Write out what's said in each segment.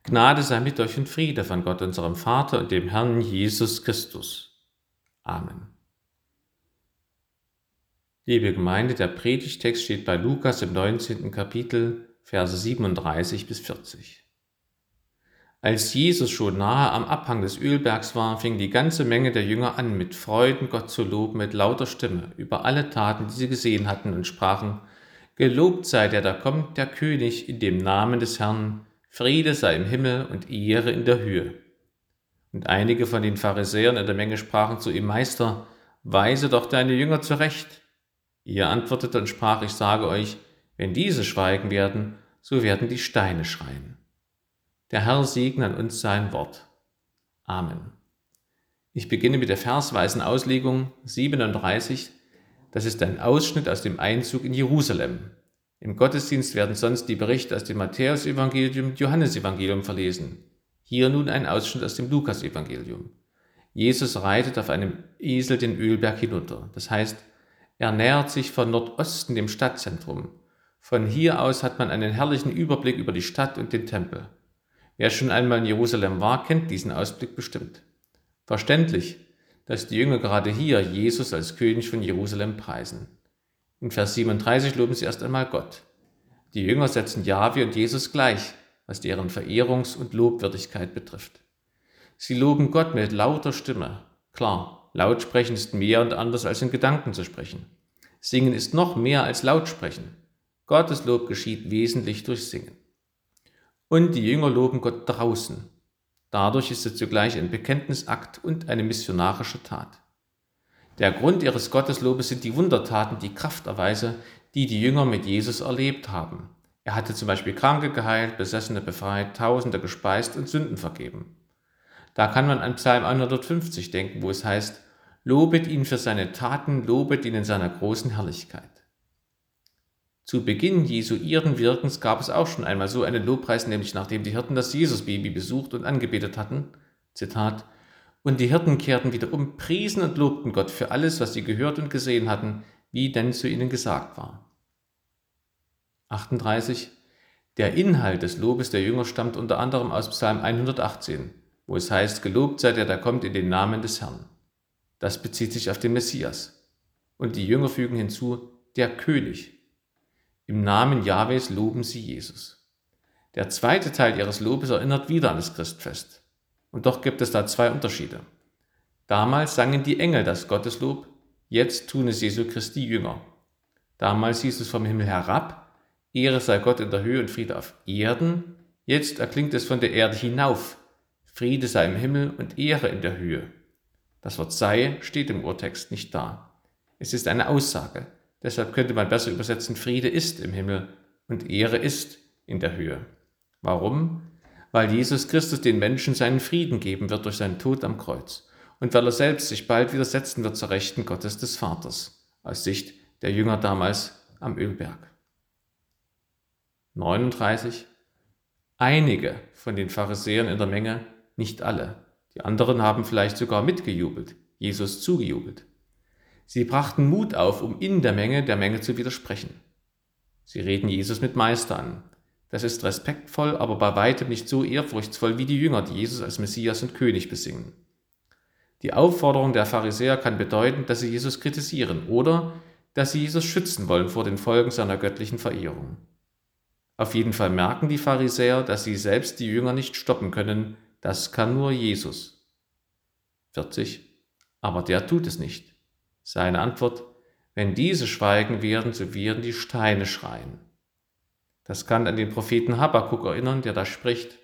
Gnade sei mit euch und Friede von Gott, unserem Vater und dem Herrn Jesus Christus. Amen. Liebe Gemeinde, der Predigtext steht bei Lukas im 19. Kapitel, Verse 37 bis 40. Als Jesus schon nahe am Abhang des Ölbergs war, fing die ganze Menge der Jünger an, mit Freuden Gott zu loben mit lauter Stimme über alle Taten, die sie gesehen hatten, und sprachen: Gelobt sei der da kommt, der König, in dem Namen des Herrn. Friede sei im Himmel und Ehre in der Höhe. Und einige von den Pharisäern in der Menge sprachen zu ihm: Meister, weise doch deine Jünger zurecht. Er antwortete und sprach: Ich sage euch, wenn diese schweigen werden, so werden die Steine schreien. Der Herr segne an uns sein Wort. Amen. Ich beginne mit der versweisen Auslegung 37. Das ist ein Ausschnitt aus dem Einzug in Jerusalem. Im Gottesdienst werden sonst die Berichte aus dem Matthäusevangelium und Johannesevangelium verlesen. Hier nun ein Ausschnitt aus dem Lukasevangelium. Jesus reitet auf einem Esel den Ölberg hinunter. Das heißt, er nähert sich von Nordosten dem Stadtzentrum. Von hier aus hat man einen herrlichen Überblick über die Stadt und den Tempel. Wer schon einmal in Jerusalem war, kennt diesen Ausblick bestimmt. Verständlich, dass die Jünger gerade hier Jesus als König von Jerusalem preisen. In Vers 37 loben sie erst einmal Gott. Die Jünger setzen Jahwe und Jesus gleich, was deren Verehrungs- und Lobwürdigkeit betrifft. Sie loben Gott mit lauter Stimme. Klar, Lautsprechen ist mehr und anders als in Gedanken zu sprechen. Singen ist noch mehr als Lautsprechen. Gottes Lob geschieht wesentlich durch Singen. Und die Jünger loben Gott draußen. Dadurch ist es zugleich ein Bekenntnisakt und eine missionarische Tat. Der Grund ihres Gotteslobes sind die Wundertaten, die Krafterweise, die die Jünger mit Jesus erlebt haben. Er hatte zum Beispiel Kranke geheilt, Besessene befreit, Tausende gespeist und Sünden vergeben. Da kann man an Psalm 150 denken, wo es heißt: Lobet ihn für seine Taten, lobet ihn in seiner großen Herrlichkeit. Zu Beginn Jesu Erdenwirkens gab es auch schon einmal so einen Lobpreis, nämlich nachdem die Hirten das Jesusbaby besucht und angebetet hatten. Zitat: Und die Hirten kehrten wieder um, priesen und lobten Gott für alles, was sie gehört und gesehen hatten, wie denn zu ihnen gesagt war. 38. Der Inhalt des Lobes der Jünger stammt unter anderem aus Psalm 118, wo es heißt: Gelobt sei der, der kommt in den Namen des Herrn. Das bezieht sich auf den Messias. Und die Jünger fügen hinzu: der König. Im Namen Jahwes loben sie Jesus. Der zweite Teil ihres Lobes erinnert wieder an das Christfest. Und doch gibt es da zwei Unterschiede. Damals sangen die Engel das Gotteslob, jetzt tun es Jesu Christi Jünger. Damals hieß es vom Himmel herab: Ehre sei Gott in der Höhe und Friede auf Erden. Jetzt erklingt es von der Erde hinauf: Friede sei im Himmel und Ehre in der Höhe. Das Wort sei steht im Urtext nicht da. Es ist eine Aussage. Deshalb könnte man besser übersetzen: Friede ist im Himmel und Ehre ist in der Höhe. Warum? Weil Jesus Christus den Menschen seinen Frieden geben wird durch seinen Tod am Kreuz und weil er selbst sich bald wieder setzen wird zur Rechten Gottes des Vaters, aus Sicht der Jünger damals am Ölberg. 39. Einige von den Pharisäern in der Menge, nicht alle, die anderen haben vielleicht sogar mitgejubelt, Jesus zugejubelt. Sie brachten Mut auf, um in der Menge zu widersprechen. Sie reden Jesus mit Meister an. Das ist respektvoll, aber bei weitem nicht so ehrfurchtsvoll wie die Jünger, die Jesus als Messias und König besingen. Die Aufforderung der Pharisäer kann bedeuten, dass sie Jesus kritisieren oder dass sie Jesus schützen wollen vor den Folgen seiner göttlichen Verehrung. Auf jeden Fall merken die Pharisäer, dass sie selbst die Jünger nicht stoppen können. Das kann nur Jesus. 40. Aber der tut es nicht. Seine Antwort: Wenn diese schweigen werden, so werden die Steine schreien. Das kann an den Propheten Habakuk erinnern, der da spricht: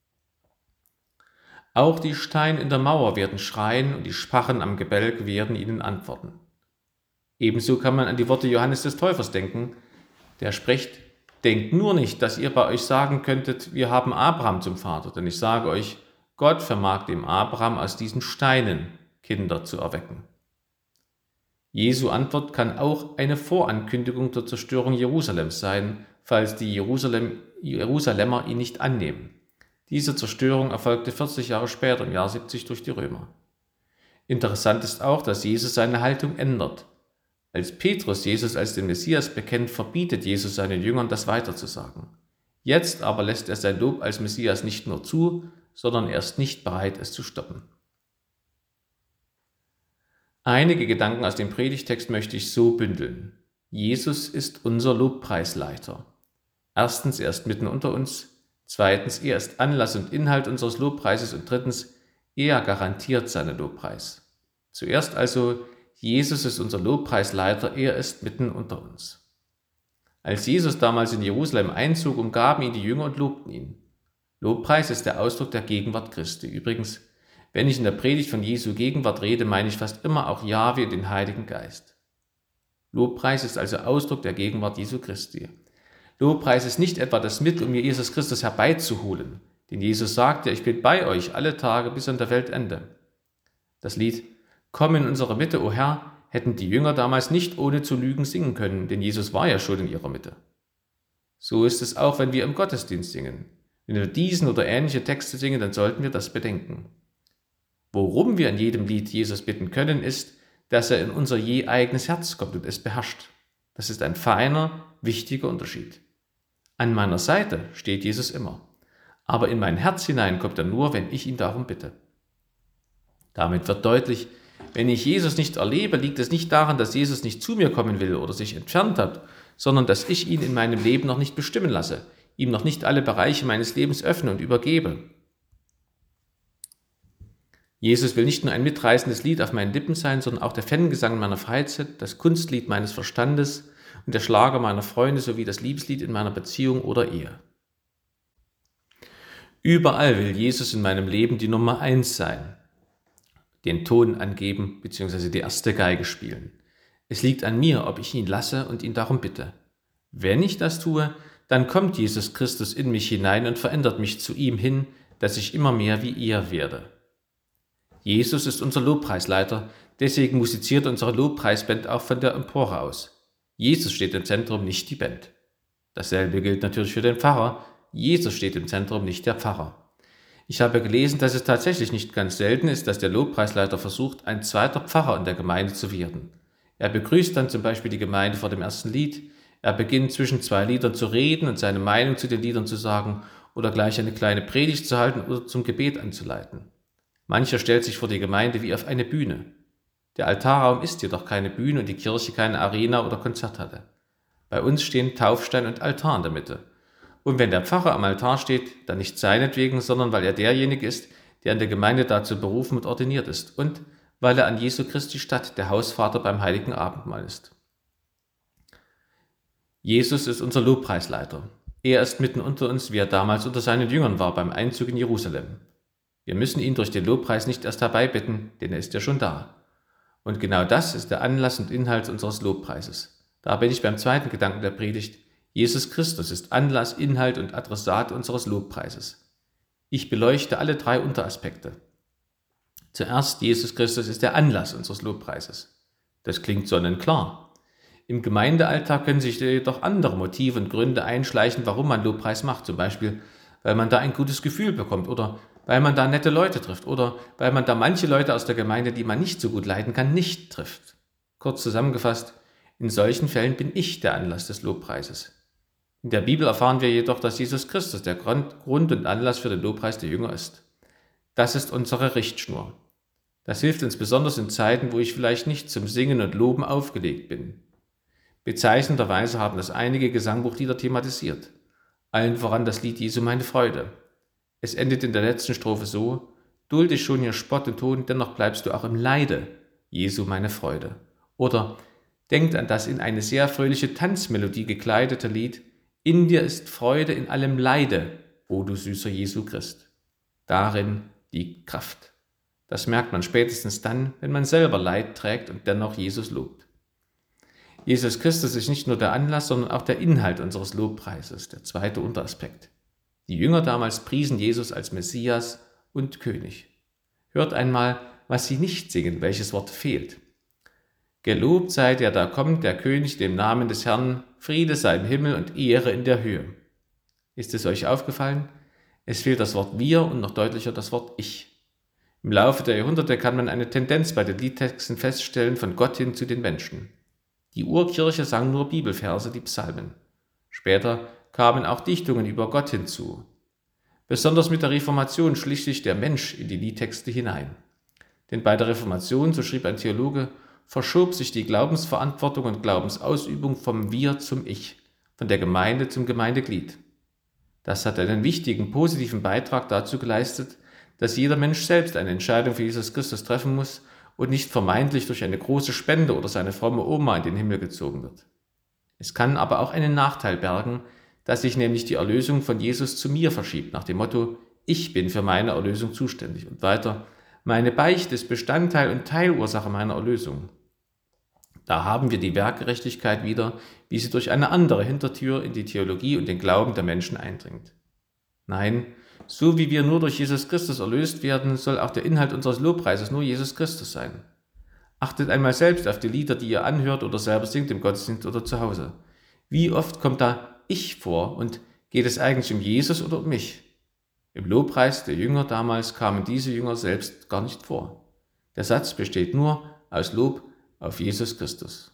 Auch die Steine in der Mauer werden schreien und die Sparren am Gebälk werden ihnen antworten. Ebenso kann man an die Worte Johannes des Täufers denken, der spricht: Denkt nur nicht, dass ihr bei euch sagen könntet, wir haben Abraham zum Vater, denn ich sage euch, Gott vermag dem Abraham aus diesen Steinen Kinder zu erwecken. Jesu Antwort kann auch eine Vorankündigung der Zerstörung Jerusalems sein, falls die Jerusalemer ihn nicht annehmen. Diese Zerstörung erfolgte 40 Jahre später, im Jahr 70, durch die Römer. Interessant ist auch, dass Jesus seine Haltung ändert. Als Petrus Jesus als den Messias bekennt, verbietet Jesus seinen Jüngern, das weiterzusagen. Jetzt aber lässt er sein Lob als Messias nicht nur zu, sondern er ist nicht bereit, es zu stoppen. Einige Gedanken aus dem Predigtext möchte ich so bündeln. Jesus ist unser Lobpreisleiter. Erstens, er ist mitten unter uns. Zweitens, er ist Anlass und Inhalt unseres Lobpreises. Und drittens, er garantiert seinen Lobpreis. Zuerst also, Jesus ist unser Lobpreisleiter, er ist mitten unter uns. Als Jesus damals in Jerusalem einzog, umgaben ihn die Jünger und lobten ihn. Lobpreis ist der Ausdruck der Gegenwart Christi. Übrigens, wenn ich in der Predigt von Jesu Gegenwart rede, meine ich fast immer auch Jahwe und den Heiligen Geist. Lobpreis ist also Ausdruck der Gegenwart Jesu Christi. Lobpreis ist nicht etwa das Mittel, um mir Jesus Christus herbeizuholen, denn Jesus sagte, ich bin bei euch alle Tage bis an der Weltende. Das Lied Komm in unsere Mitte, o Herr, hätten die Jünger damals nicht ohne zu lügen singen können, denn Jesus war ja schon in ihrer Mitte. So ist es auch, wenn wir im Gottesdienst singen. Wenn wir diesen oder ähnliche Texte singen, dann sollten wir das bedenken. Worum wir in jedem Lied Jesus bitten können, ist, dass er in unser je eigenes Herz kommt und es beherrscht. Das ist ein feiner, wichtiger Unterschied. An meiner Seite steht Jesus immer, aber in mein Herz hinein kommt er nur, wenn ich ihn darum bitte. Damit wird deutlich, wenn ich Jesus nicht erlebe, liegt es nicht daran, dass Jesus nicht zu mir kommen will oder sich entfernt hat, sondern dass ich ihn in meinem Leben noch nicht bestimmen lasse, ihm noch nicht alle Bereiche meines Lebens öffne und übergebe. Jesus will nicht nur ein mitreißendes Lied auf meinen Lippen sein, sondern auch der Fangesang meiner Freizeit, das Kunstlied meines Verstandes und der Schlager meiner Freunde sowie das Liebeslied in meiner Beziehung oder Ehe. Überall will Jesus in meinem Leben die Nummer 1 sein, den Ton angeben bzw. die erste Geige spielen. Es liegt an mir, ob ich ihn lasse und ihn darum bitte. Wenn ich das tue, dann kommt Jesus Christus in mich hinein und verändert mich zu ihm hin, dass ich immer mehr wie er werde. Jesus ist unser Lobpreisleiter, deswegen musiziert unsere Lobpreisband auch von der Empore aus. Jesus steht im Zentrum, nicht die Band. Dasselbe gilt natürlich für den Pfarrer. Jesus steht im Zentrum, nicht der Pfarrer. Ich habe gelesen, dass es tatsächlich nicht ganz selten ist, dass der Lobpreisleiter versucht, ein zweiter Pfarrer in der Gemeinde zu werden. Er begrüßt dann zum Beispiel die Gemeinde vor dem ersten Lied, er beginnt zwischen 2 Liedern zu reden und seine Meinung zu den Liedern zu sagen oder gleich eine kleine Predigt zu halten oder zum Gebet anzuleiten. Mancher stellt sich vor die Gemeinde wie auf eine Bühne. Der Altarraum ist jedoch keine Bühne und die Kirche keine Arena oder Konzerthalle. Bei uns stehen Taufstein und Altar in der Mitte. Und wenn der Pfarrer am Altar steht, dann nicht seinetwegen, sondern weil er derjenige ist, der in der Gemeinde dazu berufen und ordiniert ist und weil er an Jesu Christi Statt der Hausvater beim Heiligen Abendmahl ist. Jesus ist unser Lobpreisleiter. Er ist mitten unter uns, wie er damals unter seinen Jüngern war beim Einzug in Jerusalem. Wir müssen ihn durch den Lobpreis nicht erst herbeibitten, denn er ist ja schon da. Und genau das ist der Anlass und Inhalt unseres Lobpreises. Da bin ich beim zweiten Gedanken der Predigt. Jesus Christus ist Anlass, Inhalt und Adressat unseres Lobpreises. Ich beleuchte alle 3 Unteraspekte. Zuerst, Jesus Christus ist der Anlass unseres Lobpreises. Das klingt sonnenklar. Im Gemeindealltag können sich jedoch andere Motive und Gründe einschleichen, warum man Lobpreis macht. Zum Beispiel, weil man da ein gutes Gefühl bekommt oder weil man da nette Leute trifft oder weil man da manche Leute aus der Gemeinde, die man nicht so gut leiden kann, nicht trifft. Kurz zusammengefasst, in solchen Fällen bin ich der Anlass des Lobpreises. In der Bibel erfahren wir jedoch, dass Jesus Christus der Grund und Anlass für den Lobpreis der Jünger ist. Das ist unsere Richtschnur. Das hilft uns besonders in Zeiten, wo ich vielleicht nicht zum Singen und Loben aufgelegt bin. Bezeichnenderweise haben das einige Gesangbuchlieder thematisiert. Allen voran das Lied Jesu meine Freude. Es endet in der letzten Strophe so: Dulde schon ihr Spott und Hohn, dennoch bleibst du auch im Leide, Jesu meine Freude. Oder denkt an das in eine sehr fröhliche Tanzmelodie gekleidete Lied: In dir ist Freude in allem Leide, o du süßer Jesu Christ. Darin liegt Kraft. Das merkt man spätestens dann, wenn man selber Leid trägt und dennoch Jesus lobt. Jesus Christus ist nicht nur der Anlass, sondern auch der Inhalt unseres Lobpreises, der zweite Unteraspekt. Die Jünger damals priesen Jesus als Messias und König. Hört einmal, was sie nicht singen, welches Wort fehlt. Gelobt sei der da kommt, der König, dem Namen des Herrn, Friede sei im Himmel und Ehre in der Höhe. Ist es euch aufgefallen? Es fehlt das Wort wir und noch deutlicher das Wort ich. Im Laufe der Jahrhunderte kann man eine Tendenz bei den Liedtexten feststellen von Gott hin zu den Menschen. Die Urkirche sang nur Bibelverse, die Psalmen. Später kamen auch Dichtungen über Gott hinzu. Besonders mit der Reformation schlich sich der Mensch in die Liedtexte hinein. Denn bei der Reformation, so schrieb ein Theologe, verschob sich die Glaubensverantwortung und Glaubensausübung vom Wir zum Ich, von der Gemeinde zum Gemeindeglied. Das hat einen wichtigen, positiven Beitrag dazu geleistet, dass jeder Mensch selbst eine Entscheidung für Jesus Christus treffen muss und nicht vermeintlich durch eine große Spende oder seine fromme Oma in den Himmel gezogen wird. Es kann aber auch einen Nachteil bergen, dass sich nämlich die Erlösung von Jesus zu mir verschiebt, nach dem Motto, ich bin für meine Erlösung zuständig. Und weiter, meine Beichte ist Bestandteil und Teilursache meiner Erlösung. Da haben wir die Werkgerechtigkeit wieder, wie sie durch eine andere Hintertür in die Theologie und den Glauben der Menschen eindringt. Nein, so wie wir nur durch Jesus Christus erlöst werden, soll auch der Inhalt unseres Lobpreises nur Jesus Christus sein. Achtet einmal selbst auf die Lieder, die ihr anhört oder selber singt im Gottesdienst oder zu Hause. Wie oft kommt da Ich vor und geht es eigentlich um Jesus oder um mich? Im Lobpreis der Jünger damals kamen diese Jünger selbst gar nicht vor. Der Satz besteht nur aus Lob auf Jesus Christus.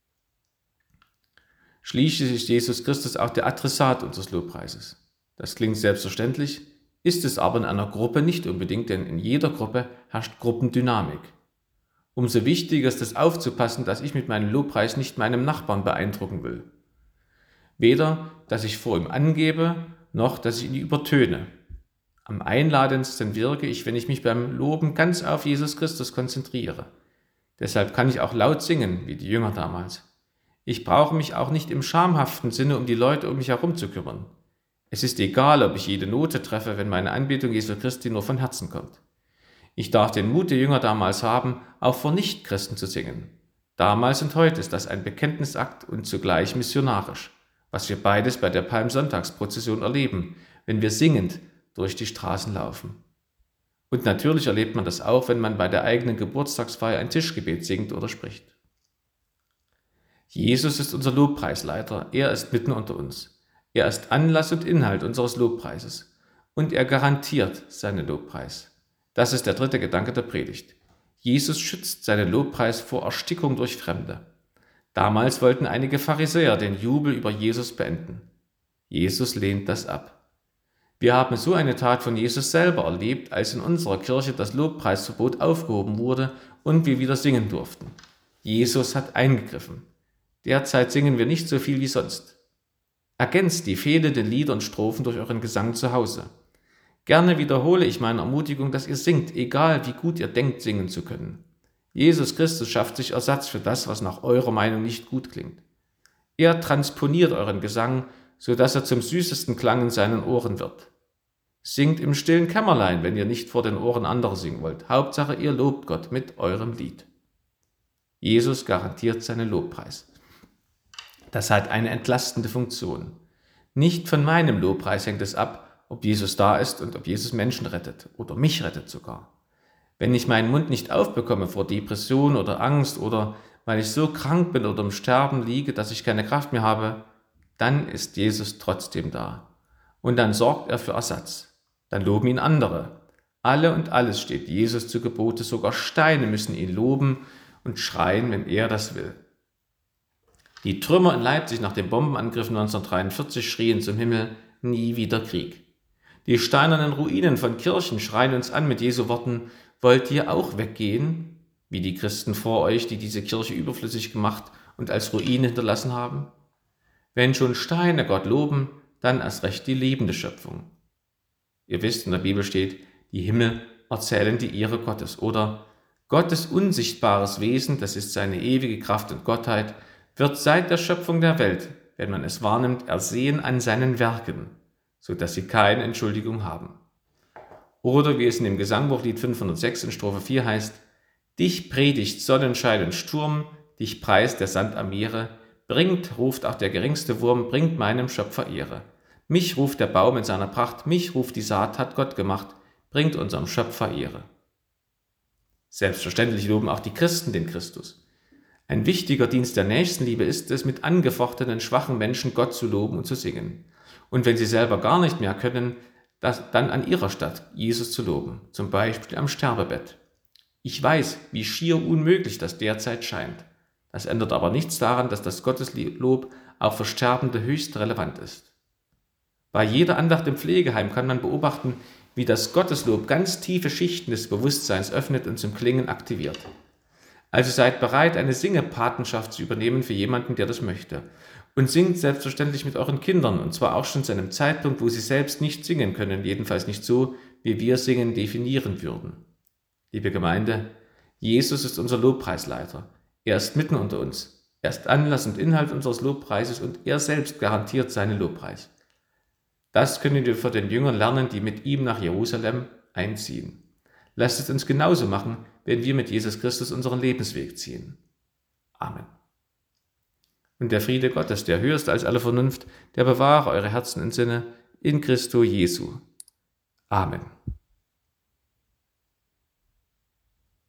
Schließlich ist Jesus Christus auch der Adressat unseres Lobpreises. Das klingt selbstverständlich, ist es aber in einer Gruppe nicht unbedingt, denn in jeder Gruppe herrscht Gruppendynamik. Umso wichtiger ist es aufzupassen, dass ich mit meinem Lobpreis nicht meinem Nachbarn beeindrucken will. Weder, dass ich vor ihm angebe, noch, dass ich ihn übertöne. Am einladendsten wirke ich, wenn ich mich beim Loben ganz auf Jesus Christus konzentriere. Deshalb kann ich auch laut singen, wie die Jünger damals. Ich brauche mich auch nicht im schamhaften Sinne um die Leute um mich herum zu kümmern. Es ist egal, ob ich jede Note treffe, wenn meine Anbetung Jesu Christi nur von Herzen kommt. Ich darf den Mut der Jünger damals haben, auch vor Nichtchristen zu singen. Damals und heute ist das ein Bekenntnisakt und zugleich missionarisch, was wir beides bei der Palmsonntagsprozession erleben, wenn wir singend durch die Straßen laufen. Und natürlich erlebt man das auch, wenn man bei der eigenen Geburtstagsfeier ein Tischgebet singt oder spricht. Jesus ist unser Lobpreisleiter, er ist mitten unter uns. Er ist Anlass und Inhalt unseres Lobpreises und er garantiert seinen Lobpreis. Das ist der dritte Gedanke der Predigt. Jesus schützt seinen Lobpreis vor Erstickung durch Fremde. Damals wollten einige Pharisäer den Jubel über Jesus beenden. Jesus lehnt das ab. Wir haben so eine Tat von Jesus selber erlebt, als in unserer Kirche das Lobpreisverbot aufgehoben wurde und wir wieder singen durften. Jesus hat eingegriffen. Derzeit singen wir nicht so viel wie sonst. Ergänzt die fehlenden Lieder und Strophen durch euren Gesang zu Hause. Gerne wiederhole ich meine Ermutigung, dass ihr singt, egal wie gut ihr denkt, singen zu können. Jesus Christus schafft sich Ersatz für das, was nach eurer Meinung nicht gut klingt. Er transponiert euren Gesang, so dass er zum süßesten Klang in seinen Ohren wird. Singt im stillen Kämmerlein, wenn ihr nicht vor den Ohren anderer singen wollt. Hauptsache, ihr lobt Gott mit eurem Lied. Jesus garantiert seinen Lobpreis. Das hat eine entlastende Funktion. Nicht von meinem Lobpreis hängt es ab, ob Jesus da ist und ob Jesus Menschen rettet oder mich rettet sogar. Wenn ich meinen Mund nicht aufbekomme vor Depression oder Angst oder weil ich so krank bin oder im Sterben liege, dass ich keine Kraft mehr habe, dann ist Jesus trotzdem da. Und dann sorgt er für Ersatz. Dann loben ihn andere. Alle und alles steht Jesus zu Gebote, sogar Steine müssen ihn loben und schreien, wenn er das will. Die Trümmer in Leipzig nach dem Bombenangriff 1943 schrien zum Himmel, nie wieder Krieg. Die steinernen Ruinen von Kirchen schreien uns an mit Jesu Worten, wollt ihr auch weggehen, wie die Christen vor euch, die diese Kirche überflüssig gemacht und als Ruine hinterlassen haben? Wenn schon Steine Gott loben, dann erst recht die lebende Schöpfung. Ihr wisst, in der Bibel steht, die Himmel erzählen die Ehre Gottes oder Gottes unsichtbares Wesen, das ist seine ewige Kraft und Gottheit, wird seit der Schöpfung der Welt, wenn man es wahrnimmt, ersehen an seinen Werken, so dass sie keine Entschuldigung haben. Oder wie es in dem Gesangbuchlied 506 in Strophe 4 heißt, dich predigt Sonnenschein und Sturm, dich preist der Sand am Meere, bringt, ruft auch der geringste Wurm, bringt meinem Schöpfer Ehre. Mich ruft der Baum in seiner Pracht, mich ruft die Saat, hat Gott gemacht, bringt unserem Schöpfer Ehre. Selbstverständlich loben auch die Christen den Christus. Ein wichtiger Dienst der Nächstenliebe ist es, mit angefochtenen, schwachen Menschen Gott zu loben und zu singen. Und wenn sie selber gar nicht mehr können, dann an ihrer Stadt Jesus zu loben, zum Beispiel am Sterbebett. Ich weiß, wie schier unmöglich das derzeit scheint. Das ändert aber nichts daran, dass das Gotteslob auch für Sterbende höchst relevant ist. Bei jeder Andacht im Pflegeheim kann man beobachten, wie das Gotteslob ganz tiefe Schichten des Bewusstseins öffnet und zum Klingen aktiviert. Also seid bereit, eine Singepatenschaft zu übernehmen für jemanden, der das möchte. Und singt selbstverständlich mit euren Kindern, und zwar auch schon zu einem Zeitpunkt, wo sie selbst nicht singen können, jedenfalls nicht so, wie wir Singen definieren würden. Liebe Gemeinde, Jesus ist unser Lobpreisleiter. Er ist mitten unter uns. Er ist Anlass und Inhalt unseres Lobpreises und er selbst garantiert seinen Lobpreis. Das können wir von den Jüngern lernen, die mit ihm nach Jerusalem einziehen. Lasst es uns genauso machen, wenn wir mit Jesus Christus unseren Lebensweg ziehen. Amen. Und der Friede Gottes, der höher ist als alle Vernunft, der bewahre eure Herzen und Sinne in Christo Jesu. Amen.